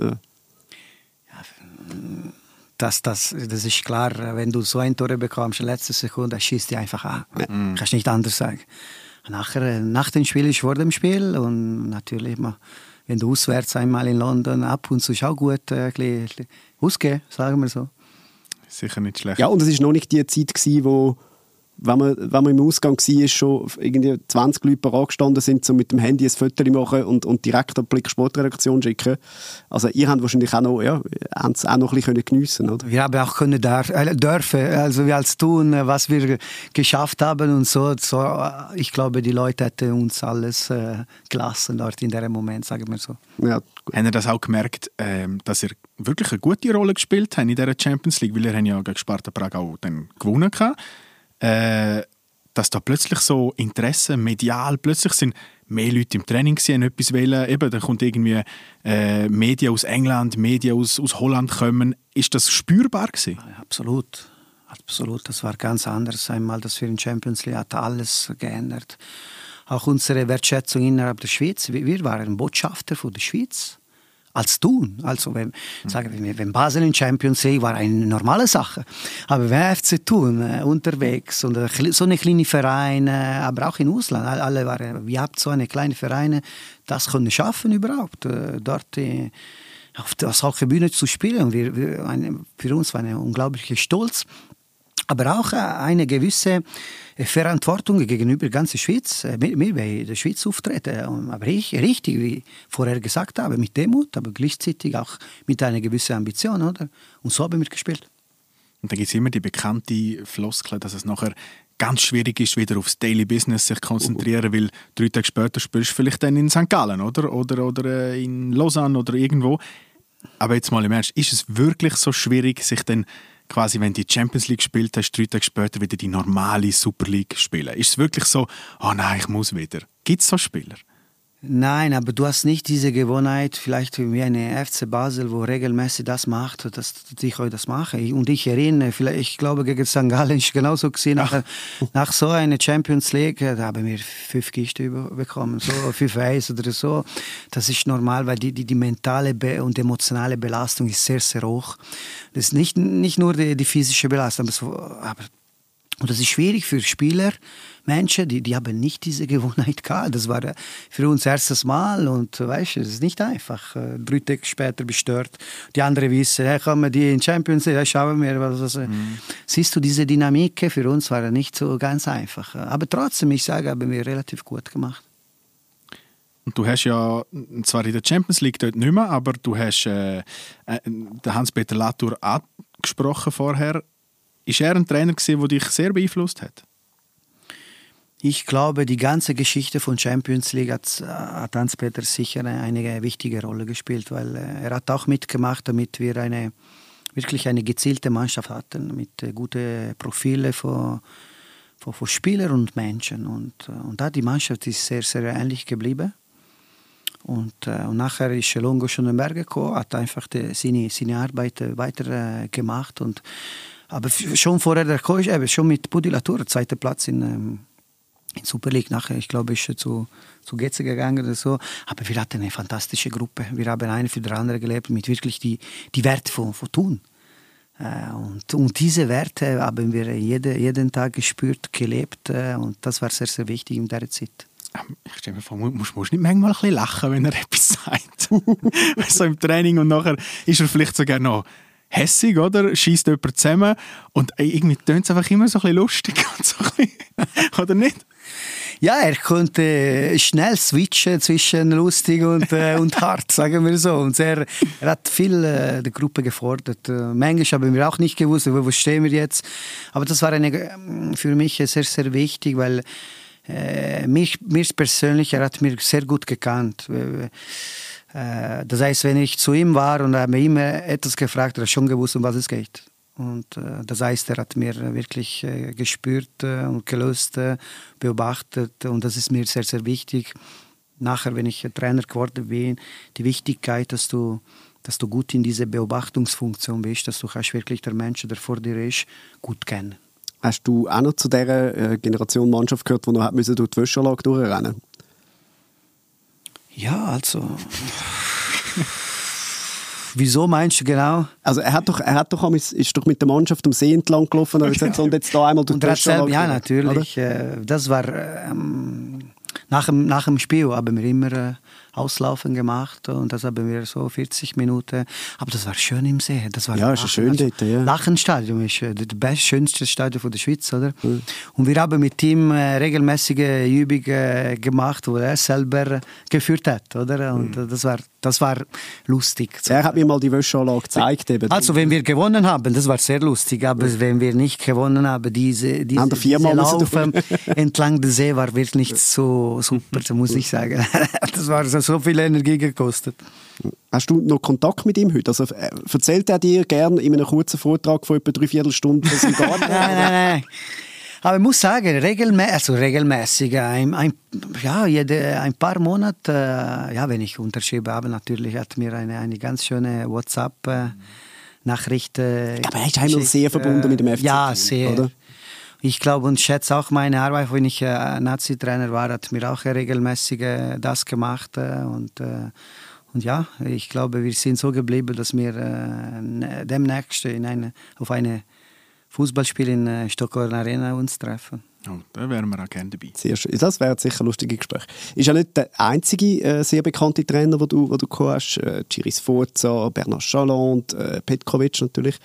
Das ist klar, wenn du so ein Tor bekommst, in letzter Sekunde, schießt du einfach an. Kannst nicht anders sagen. Nachher, nach dem Spiel ist vor dem Spiel und natürlich, wenn du auswärts einmal in London ab und zu ist auch gut ausgehen, sagen wir so. Sicher nicht schlecht. Ja, und es war noch nicht die Zeit gewesen, wo, wenn man im Ausgang war, schon irgendwie 20 Leute parat gestanden sind, um mit dem Handy ein Foto machen und direkt an die Blick Sportredaktion schicken. Also ihr habt wahrscheinlich auch noch, haben es auch noch ein bisschen geniessen, oder? Wir haben auch dürfen, also wir als tun, was wir geschafft haben und so. Ich glaube, die Leute hätten uns alles gelassen dort in diesem Moment, sagen wir so. Ja, gut. Habt ihr das auch gemerkt, dass ihr wirklich eine gute Rolle gespielt habt in dieser Champions League, weil ihr ja gegen Sparta Prag auch dann gewonnen habt? Dass da plötzlich so Interesse, medial, plötzlich sind mehr Leute im Training gewesen, etwas wählen, eben, da kommt irgendwie Medien aus England, Medien aus Holland kommen. Ist das spürbar gewesen? Absolut. Absolut, das war ganz anders. Einmal, dass wir in Champions League hat alles geändert. Auch unsere Wertschätzung innerhalb der Schweiz. Wir waren Botschafter von der Schweiz. Als Thun. Also wenn Basel in Champions League war eine normale Sache. Aber wenn FC Thun unterwegs und so eine kleine Vereine, aber auch in Ausland, alle waren, wir haben so eine kleine Vereine, das können schaffen überhaupt, dort auf der solche Bühne zu spielen. Für uns war ein unglaublicher Stolz. Aber auch eine gewisse Verantwortung gegenüber der ganzen Schweiz. Wir bei der Schweiz auftreten. Aber richtig, wie ich vorher gesagt habe, mit Demut, aber gleichzeitig auch mit einer gewissen Ambition. Oder? Und so haben wir gespielt. Und da gibt es immer die bekannte Floskel, dass es nachher ganz schwierig ist, wieder aufs Daily Business sich konzentrieren, weil 3 Tage später spielst du vielleicht dann in St. Gallen oder in Lausanne oder irgendwo. Aber jetzt mal im Ernst, ist es wirklich so schwierig, sich dann quasi, wenn du die Champions League gespielt hast, 3 Tage später wieder die normale Super League spielen? Ist es wirklich so, nein, ich muss wieder? Gibt es so Spieler? Nein, aber du hast nicht diese Gewohnheit, vielleicht wie eine FC Basel, wo regelmäßig das macht, dass ich heute das mache. Und ich erinnere, ich glaube, gegen St. Gallen ist genauso gesehen. Nach so einer Champions League, da haben wir 5 Kisten bekommen, so 5-1 oder so. Das ist normal, weil die mentale und emotionale Belastung ist sehr, sehr hoch. Das ist nicht nur die physische Belastung, und das ist schwierig für Spieler, Menschen, die haben nicht diese Gewohnheit gehabt. Das war für uns erstes Mal und weißt, es ist nicht einfach. 3 Tage später bestört. Die anderen wissen, kommen die in Champions League, schauen wir. Siehst du, diese Dynamik für uns war nicht so ganz einfach. Aber trotzdem, ich sage, haben wir relativ gut gemacht. Und du hast ja zwar in der Champions League dort nicht mehr, aber du hast den Hans-Peter Latour angesprochen vorher. Ist er ein Trainer gewesen, der dich sehr beeinflusst hat? Ich glaube, die ganze Geschichte von Champions League hat Hans-Peter sicher eine wichtige Rolle gespielt, weil er hat auch mitgemacht, damit wir wirklich eine gezielte Mannschaft hatten, mit guten Profilen von Spielern und Menschen. Und da die Mannschaft ist sehr, sehr ähnlich geblieben. Und nachher ist Longo Schönenberger gekommen, hat einfach seine Arbeit weiter gemacht. Aber schon vorher der Coach, schon mit Budi Latour, 2. Platz in Super League. Nachher, ich glaube, ist er zu Getze gegangen oder so. Aber wir hatten eine fantastische Gruppe. Wir haben eine für die andere gelebt, mit wirklich die Werte von Thun. Und diese Werte haben wir jeden Tag gespürt, gelebt. Und das war sehr, sehr wichtig in dieser Zeit. ich stelle mir vor, musst nicht manchmal ein bisschen lachen, wenn er etwas sagt. So im Training und nachher ist er vielleicht sogar noch hässig, oder? Schießt jemand zusammen und irgendwie tönt es einfach immer so ein bisschen lustig. Und so ein bisschen, oder nicht? Ja, er konnte schnell switchen zwischen lustig und hart, sagen wir so. Und er hat viel die Gruppe gefordert. Manchmal haben wir auch nicht gewusst, wo stehen wir jetzt. Aber das war für mich sehr, sehr wichtig, weil mir persönlich, er hat mir sehr gut gekannt. Das heißt, wenn ich zu ihm war und er hat mir immer etwas gefragt, er hat schon gewusst, um was es geht. Und das heißt, er hat mir wirklich gespürt und gelöst, beobachtet. Und das ist mir sehr, sehr wichtig. Nachher, wenn ich Trainer geworden bin, die Wichtigkeit, dass du gut in diese Beobachtungsfunktion bist, dass du kannst wirklich den Menschen, der vor dir ist, gut kennen. Hast du auch noch zu dieser Generation Mannschaft gehört, die noch durch die Wäschanlage durchrennen musste? Ja, also... Wieso meinst du genau? Also ist doch mit der Mannschaft am See entlang gelaufen und jetzt da einmal durch die Wäschanlage. Ja, natürlich. Das war nach dem Spiel haben wir immer Auslaufen gemacht und das haben wir so 40 Minuten. Aber das war schön im See. Das war ist schön dort, ja. Lachenstadion ist das schönste Stadion der Schweiz, oder? Mhm. Und wir haben mit ihm regelmäßige Übungen gemacht, wo er selber geführt hat, oder? Und das war lustig. Er hat mir mal die Wäschanlage gezeigt. Eben. Also wenn wir gewonnen haben, das war sehr lustig, aber wenn wir nicht gewonnen haben, diese Laufen entlang des See war wirklich nicht so super, so muss ich sagen. Das war so viel Energie gekostet. Hast du noch Kontakt mit ihm heute? Also, erzählt er dir gerne in einem kurzen Vortrag von etwa 3/4 Stunde von seinem Garten? Nein. Aber ich muss sagen, regelmäßig, ein paar Monate, wenn ich unterschrieben habe, natürlich hat mir eine ganz schöne WhatsApp-Nachricht aber er ist einmal sehr verbunden mit dem FC. Ja, sehr. Oder? Ich glaube und schätze auch meine Arbeit, wenn ich Nazi-Trainer war, hat mir auch regelmäßig das gemacht. Und ja, ich glaube, wir sind so geblieben, dass wir demnächst auf eine Fußballspiel in Stockholm Arena uns treffen. Oh, da wären wir auch gerne dabei. Sehr schön. Das wäre sicher ein lustiges Gespräch. Ist ja nicht der einzige sehr bekannte Trainer, den du gehabt hast. Ciri Sforza, Bernard Chaland, Petkovic natürlich.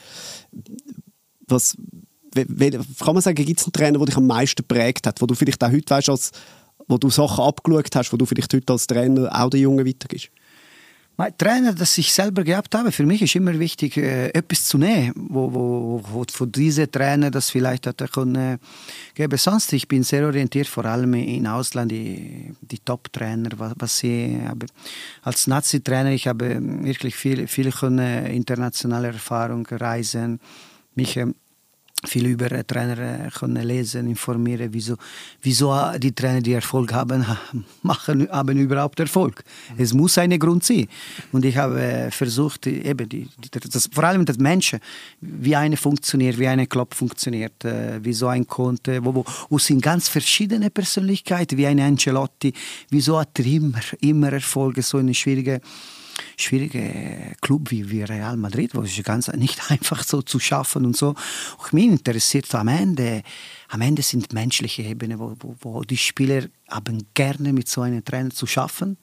Kann man sagen, gibt es einen Trainer, der dich am meisten geprägt hat, wo du vielleicht auch heute weißt, wo du Sachen abgeschaut hast, wo du vielleicht heute als Trainer auch den Jungen weitergibst? Mein Trainer, das ich selber gehabt habe, für mich ist immer wichtig, etwas zu nehmen, wo von diesen Trainer das vielleicht hat können geben. Sonst, ich bin sehr orientiert, vor allem im Ausland, die Top-Trainer, was sie haben. Als Nazi-Trainer, ich habe wirklich viel können, internationale Erfahrung, Reisen, mich viel über Trainer können lesen, informieren, wieso die Trainer, die Erfolg haben überhaupt Erfolg. Es muss einen Grund sein. Und ich habe versucht, eben vor allem das Menschen, wie eine funktioniert, wie eine Club funktioniert, wie so ein Conte, wo sind ganz verschiedene Persönlichkeiten, wie eine Ancelotti, wieso hat er immer Erfolge, so eine schwierige Club wie Real Madrid, wo es ganz nicht einfach so zu schaffen und so. Und mich interessiert am Ende sind menschliche Ebenen, wo die Spieler haben gerne mit so einem Trainer zu schaffen.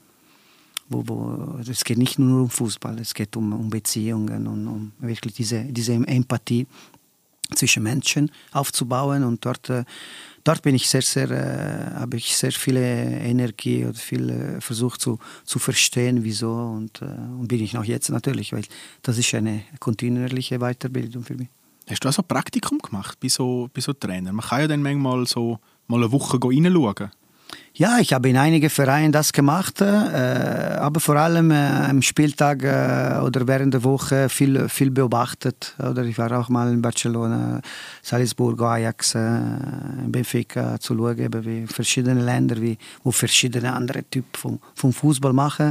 Es geht nicht nur um Fußball, es geht um Beziehungen und um wirklich diese Empathie zwischen Menschen aufzubauen. Und dort bin ich habe ich sehr viel Energie und viel versucht zu verstehen, wieso und bin ich noch jetzt natürlich, weil das ist eine kontinuierliche Weiterbildung für mich. Hast du auch so ein Praktikum gemacht bei so Trainern? Man kann ja dann manchmal so mal eine Woche reinschauen. Ja, ich habe in einigen Vereinen das gemacht, aber vor allem am Spieltag oder während der Woche viel beobachtet. Oder ich war auch mal in Barcelona, Salzburg, Ajax, Benfica zu schauen, wie verschiedene Länder, wo verschiedene andere Typen vom Fußball machen.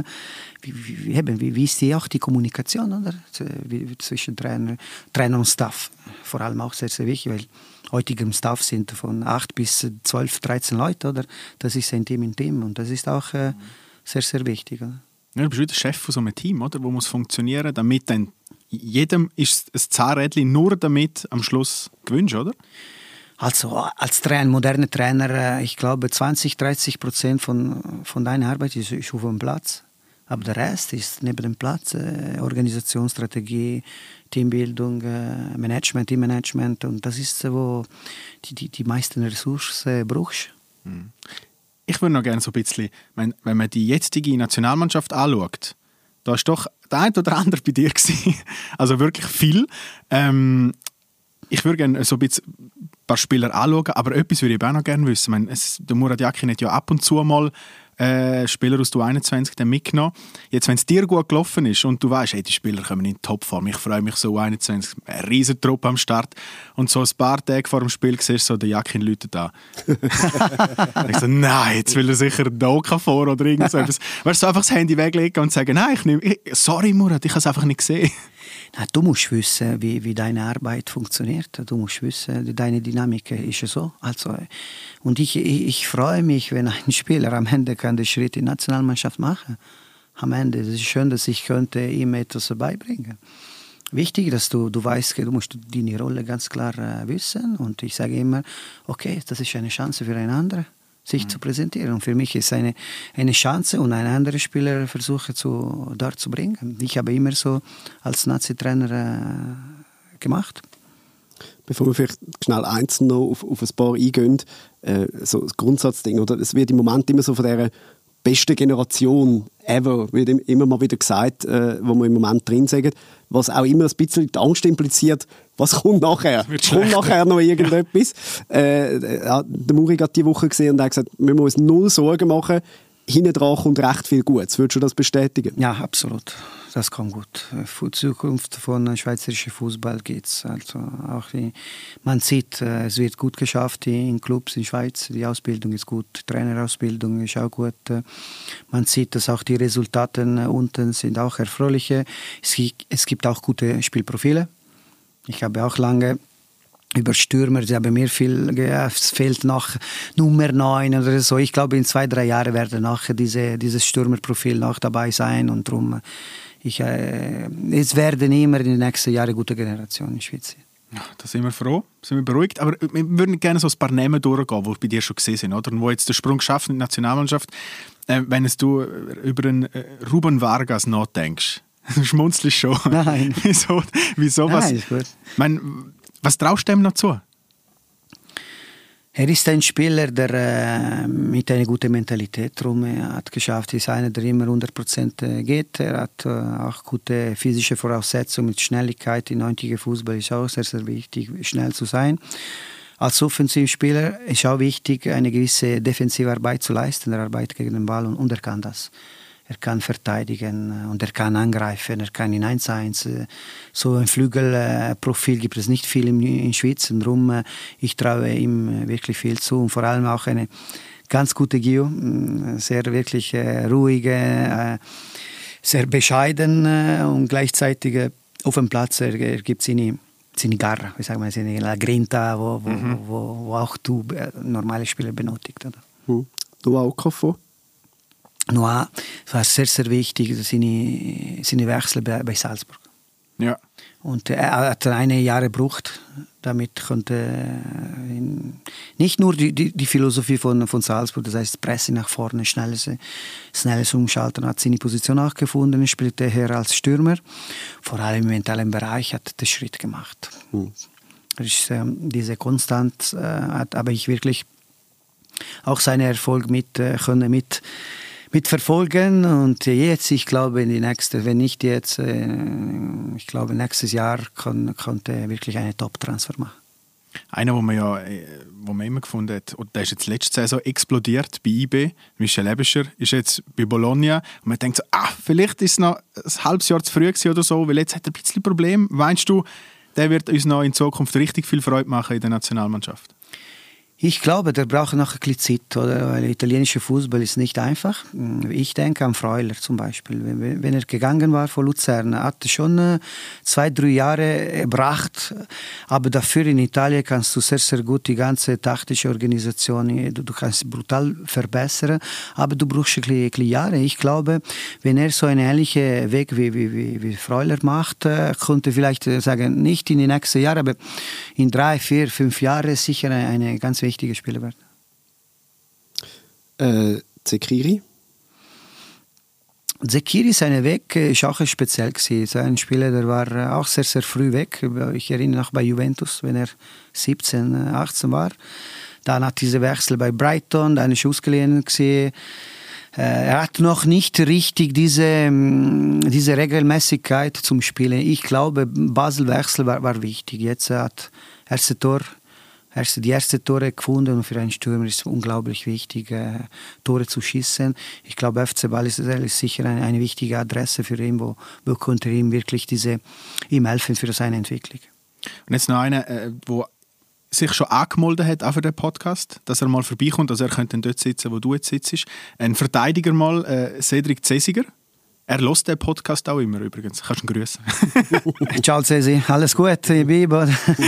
Wie ist auch die Kommunikation oder? Zwischen Trainer und Staff? Vor allem auch sehr, sehr wichtig, weil heutigem Staff sind von 8 bis 12, 13 Leute, oder? Das ist ein Team in Team und das ist auch sehr, sehr wichtig. Oder? Ja, du bist wieder Chef von so einem Team, oder? Wo muss funktionieren, damit dann jedem ist ein Zahnrädchen nur damit am Schluss gewünscht, oder? Also als moderner Trainer, ich glaube 20-30% von deiner Arbeit ist auf dem Platz. Aber der Rest ist neben dem Platz Organisationsstrategie, Teambildung, Management, Teammanagement. Und das ist, wo die meisten Ressourcen brauchst. Ich würde noch gerne so ein bisschen, wenn man die jetzige Nationalmannschaft anschaut, da war doch der ein oder andere bei dir gewesen. Also wirklich viel. Ich würde gerne so ein bisschen ein paar Spieler anschauen, aber etwas würde ich auch noch gerne wissen. Ich meine, der Murat Yakin hat ja ab und zu mal Spieler aus der U21 mitgenommen. Jetzt, wenn es dir gut gelaufen ist und du weißt, hey, die Spieler kommen in Topform, ich freue mich so, U21, ein riesen Truppe am Start und so ein paar Tage vor dem Spiel siehst du so, der Yakin läutet an. Ich so, nein, jetzt will er sicher einen Doka vor oder irgend so etwas. Weißt du, einfach das Handy weglegen und sagen, nein, sorry Murat, ich habe es einfach nicht gesehen. Na, du musst wissen, wie deine Arbeit funktioniert. Du musst wissen, deine Dynamik ist so. Also, und ich freue mich, wenn ein Spieler am Ende kann den Schritt in die Nationalmannschaft machen. Am Ende, es ist schön, dass ich könnte ihm etwas beibringen. Wichtig, dass du weißt, du musst deine Rolle ganz klar wissen. Und ich sage immer, okay, das ist eine Chance für einen anderen, sich zu präsentieren. Und für mich ist eine Chance und ein anderer Spieler versuche dort zu bringen. Ich habe immer so als Nazi-Trainer gemacht. Bevor wir vielleicht schnell einzeln noch auf ein paar eingehen, so das Grundsatzding, oder? Es wird im Moment immer so von dieser besten Generation ever, wird immer mal wieder gesagt, wo wir im Moment drin sagen, was auch immer ein bisschen die Angst impliziert, was kommt nachher? Kommt nachher noch irgendetwas? Der Muri hat diese Woche gesehen und hat gesagt, wir müssen uns null Sorgen machen, hinten dran kommt recht viel Gutes. Würdest du das bestätigen? Ja, absolut. Das kommt gut. Für die Zukunft von schweizerischem Fußball geht es. Also man sieht, es wird gut geschafft in Clubs in der Schweiz. Die Ausbildung ist gut, die Trainerausbildung ist auch gut. Man sieht, dass auch die Resultate unten sind auch erfreuliche. Es gibt auch gute Spielprofile. Ich habe auch lange über Stürmer, sie haben mir viel, es fehlt nach Nummer 9 oder so. Ich glaube, in 2-3 Jahren werden nachher dieses Stürmerprofil noch dabei sein und darum, es werden immer in den nächsten Jahren gute Generationen in der Schweiz sein. Ja, da sind wir froh, sind wir beruhigt. Aber wir würden gerne so ein paar Namen durchgehen, die bei dir schon gesehen sind, oder? Und wo jetzt der Sprung geschafft in die Nationalmannschaft. Wenn du über einen Ruben Vargas nachdenkst, du schmunzelst schon. Nein. Wieso? Nein, ist gut. Was traust du ihm noch zu? Er ist ein Spieler, der mit einer guten Mentalität hat geschafft, ist einer, der immer 100% geht. Er hat auch gute physische Voraussetzungen mit Schnelligkeit. Im heutigen Fußball ist auch sehr, sehr wichtig, schnell zu sein. Als Offensivspieler ist auch wichtig, eine gewisse defensive Arbeit zu leisten, der Arbeit gegen den Ball, und er kann das. Er kann verteidigen und er kann angreifen, er kann in 1-1. So ein Flügelprofil gibt es nicht viel in der Schweiz. Und darum, ich traue ihm wirklich viel zu. Und vor allem auch eine ganz gute Gio, sehr wirklich ruhige, sehr bescheiden und gleichzeitig auf dem Platz. Er gibt seine Garra, wie sagen wir, seine Grinta, wo auch du normale Spieler benötigt. Oder? Du auch Okafor? Noah war sehr, sehr wichtig, seine Wechsel bei Salzburg. Ja. Und er hat 1 Jahr gebraucht, damit konnte nicht nur die Philosophie von Salzburg, das heißt Presse nach vorne, schnelles Umschalten, hat seine Position auch gefunden, spielte her als Stürmer. Vor allem im mentalen Bereich hat er den Schritt gemacht. Diese Konstant habe ich wirklich auch seinen Erfolg mitverfolgen, und jetzt, ich glaube, wenn nicht jetzt, ich glaube, nächstes Jahr konnte er wirklich einen Top-Transfer machen. Einer, wo man immer gefunden hat, und der ist jetzt letzte Saison explodiert bei IB, Michel Ebischer, ist jetzt bei Bologna, und man denkt so, vielleicht ist es noch ein halbes Jahr zu früh gewesen oder so, weil jetzt hat er ein bisschen Problem. Meinst du, der wird uns noch in Zukunft richtig viel Freude machen in der Nationalmannschaft? Ich glaube, der braucht noch ein bisschen Zeit, oder? Weil italienischer Fußball ist nicht einfach. Ich denke an Freuler zum Beispiel. Wenn er gegangen war von Luzern, hat er schon 2-3 Jahre gebracht. Aber dafür in Italien kannst du sehr, sehr gut die ganze taktische Organisation, du kannst brutal verbessern. Aber du brauchst ein bisschen Jahre. Ich glaube, wenn er so einen ähnlichen Weg wie Freuler macht, könnte vielleicht sagen, nicht in den nächsten Jahren, aber in 3, 4, 5 Jahren sicher eine ganz wichtige Spieler werden. Zekiri? Zekiri, sein Weg ist auch speziell gewesen. So ein Spieler, der war auch sehr, sehr früh weg. Ich erinnere noch bei Juventus, wenn er 17, 18 war. Dann hat dieser Wechsel bei Brighton, dann ist er ausgeliehen gewesen. Er hat noch nicht richtig diese Regelmäßigkeit zum Spielen. Ich glaube, Basel-Wechsel war wichtig. Jetzt hat die erste Tore gefunden und für einen Stürmer ist es unglaublich wichtig, Tore zu schießen. Ich glaube, FC Basel ist sicher eine wichtige Adresse für ihn, wo könnte ihm wirklich ihm helfen für seine Entwicklung. Und jetzt noch einer, der sich schon angemeldet hat auch für den Podcast, dass er mal vorbeikommt, also er könnte dann dort sitzen, wo du jetzt sitzt. Ein Verteidiger mal, Cedric Cesiger. Er hört den Podcast auch immer übrigens. Kannst du ihn grüßen? Ciao Cesi, alles gut, Bibo.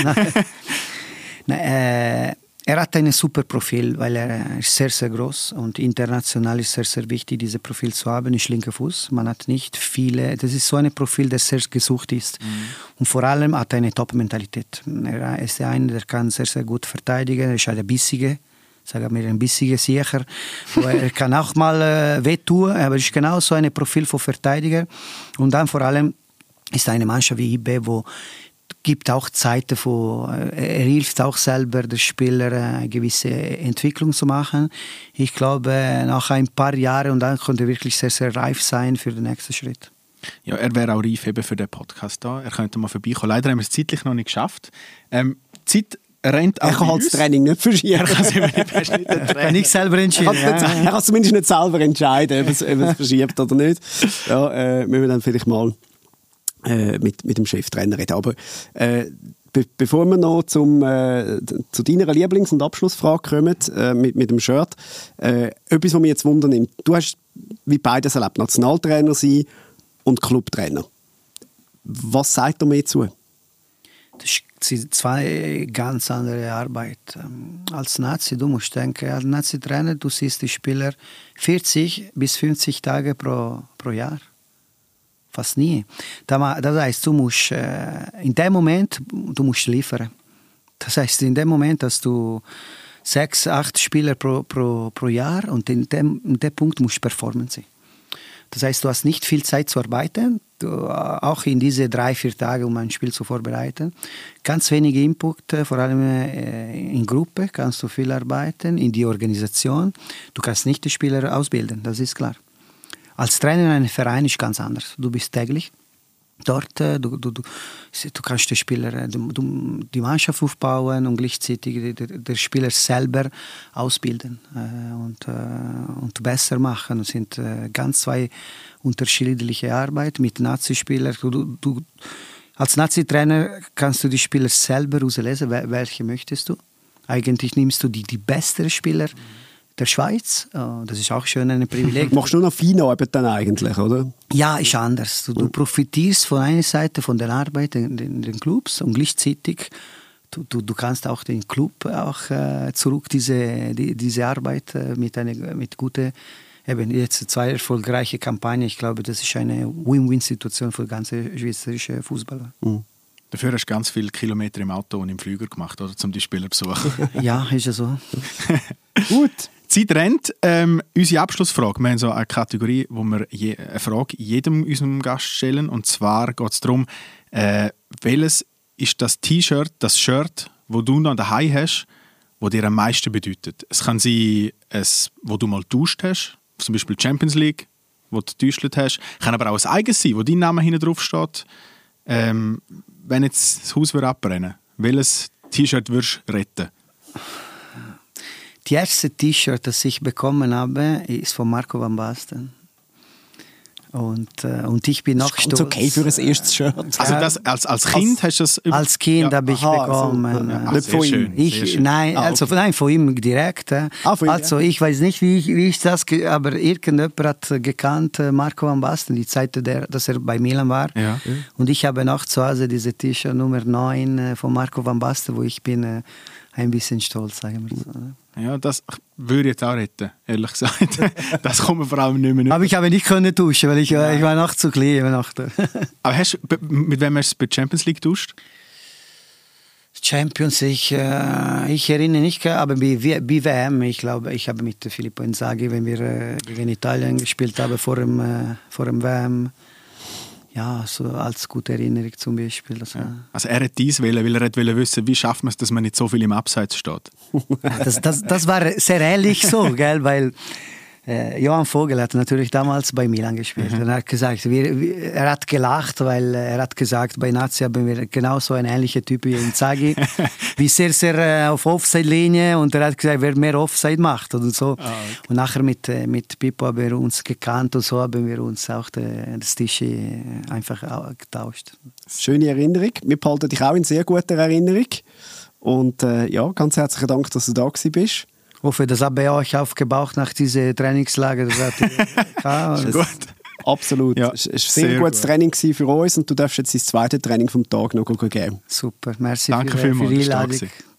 Er hat ein super Profil, weil er ist sehr, sehr groß und international ist sehr, sehr wichtig, dieses Profil zu haben. Ist linker Fuß. Man hat nicht viele. Das ist so ein Profil, das sehr gesucht ist. Und vor allem hat er eine Top-Mentalität. Er ist einer, der kann sehr, sehr gut verteidigen. Er ist ein bissige, sagen wir ein bissige Sieger. Er kann auch mal wehtun, aber ist genau so ein Profil von Verteidiger. Und dann vor allem ist eine Mannschaft wie IB, wo gibt auch Zeiten, wo er hilft auch selber, der Spieler eine gewisse Entwicklung zu machen. Ich glaube, nach ein paar Jahren und dann konnte er wirklich sehr, sehr reif sein für den nächsten Schritt. Ja, er wäre auch reif eben für den Podcast da. Er könnte mal vorbeikommen. Leider haben wir es zeitlich noch nicht geschafft. Die Zeit rennt auch. Er kann das Training nicht verschieben. Kann ich selber entscheiden. Er kann es zumindest nicht selber entscheiden, ob es verschiebt oder nicht. Ja, müssen wir dann vielleicht mal mit dem Cheftrainer reden. Aber bevor wir noch zu deiner Lieblings- und Abschlussfrage kommen, mit dem Shirt, etwas, was mich jetzt wundernimmt. Du hast wie beides erlebt, Nationaltrainer sein und Clubtrainer. Was sagt er mir zu? Das sind zwei ganz andere Arbeit. Als Nazi, du musst denken, als Nazi-Trainer, du siehst die Spieler 40 bis 50 Tage pro Jahr. Fast nie. Das heißt, du musst in dem Moment, du musst liefern. Das heißt, in dem Moment hast du 6, 8 Spieler pro Jahr und in dem Punkt musst du performen sein. Das heißt, du hast nicht viel Zeit zu arbeiten, auch in diese 3, 4 Tage, um ein Spiel zu vorbereiten. Ganz wenige Input, vor allem in Gruppe kannst du viel arbeiten, in die Organisation. Du kannst nicht die Spieler ausbilden, das ist klar. Als Trainer in einem Verein ist ganz anders. Du bist täglich dort, du kannst den Spieler, die Mannschaft aufbauen und gleichzeitig der Spieler selber ausbilden und besser machen. Das sind ganz zwei unterschiedliche Arbeit mit Nazi-Spielern. Du als Nazi-Trainer kannst du die Spieler selber auslesen, welche möchtest du. Eigentlich nimmst du die besten Spieler der Schweiz. Das ist auch schön ein Privileg. Machst du noch Feinarbeit dann eigentlich, oder? Ja, ist anders. Du profitierst von einer Seite von der Arbeit in den Clubs und gleichzeitig du kannst auch den Club auch zurück diese Arbeit mit guten, eben jetzt 2 erfolgreiche Kampagnen. Ich glaube, das ist eine Win-Win-Situation für den ganzen schweizerischen Fußballer. Mhm. Dafür hast du ganz viele Kilometer im Auto und im Flüger gemacht, oder, um die Spieler zu besuchen. Ja, ist ja so. Gut. Zeit rennt. Unsere Abschlussfrage. Wir haben so eine Kategorie, wo wir eine Frage jedem unserem Gast stellen. Und zwar geht es darum, welches ist das T-Shirt, das Shirt, das du noch daheim hast, das dir am meisten bedeutet. Es kann sein, wo du mal getauscht hast, zum Beispiel Champions League, wo du getauscht hast. Es kann aber auch ein eigenes sein, wo dein Name hinten drauf steht. Wenn jetzt das Haus abbrennen würde, welches T-Shirt würdest du retten? Das erste T-Shirt, das ich bekommen habe, ist von Marco van Basten. Und ich bin noch stolz. Okay für ein erstes Shirt. Also das, als Kind hast du das... Als Kind habe ich bekommen. Nicht von ihm? Nein, von ihm direkt. Von ihm, also ich weiß nicht, wie ich das... Aber irgendjemand hat gekannt, Marco van Basten, die Zeit, dass er bei Milan war. Ja. Und ich habe noch zu Hause diese T-Shirt Nummer 9 von Marco van Basten, wo ich bin ein bisschen stolz, sagen wir so. Ja, das würde ich jetzt auch retten, ehrlich gesagt. Das kommt mir vor allem nicht mehr. Aber ich habe nicht können duschen, weil ich war noch zu klein. Aber mit wem hast du bei Champions League getauscht? Champions, ich erinnere nicht, aber bei WM, ich glaube, ich habe mit Filippo Inzaghi, wenn wir gegen Italien gespielt haben vor dem WM, ja, so als gute Erinnerung zum Beispiel. Also er hat dies wählen, weil er wollte wissen, wie schafft man es, dass man nicht so viel im Abseits steht. Das war sehr ehrlich so, gell, weil Johann Vogel hat natürlich damals bei Milan gespielt. Und er hat gesagt, er hat gelacht, weil er hat gesagt, bei Nazi haben wir genauso einen ähnlichen Typ wie Inzaghi, wie sehr, sehr auf Offside-Linie, und er hat gesagt, wer mehr Offside macht und so. Okay. Und nachher mit Pippo haben wir uns gekannt und so haben wir uns auch das Tisch einfach getauscht. Schöne Erinnerung. Wir behalten dich auch in sehr guter Erinnerung. Und ja, ganz herzlichen Dank, dass du da bist. Ich hoffe, das habe ich euch aufgebaut nach diesem Trainingslager. Das ist gut. Absolut. Ja, es war ein sehr gutes Training für uns und du darfst jetzt das zweite Training vom Tag noch geben. Super, merci Danke für die vielmals. Einladung.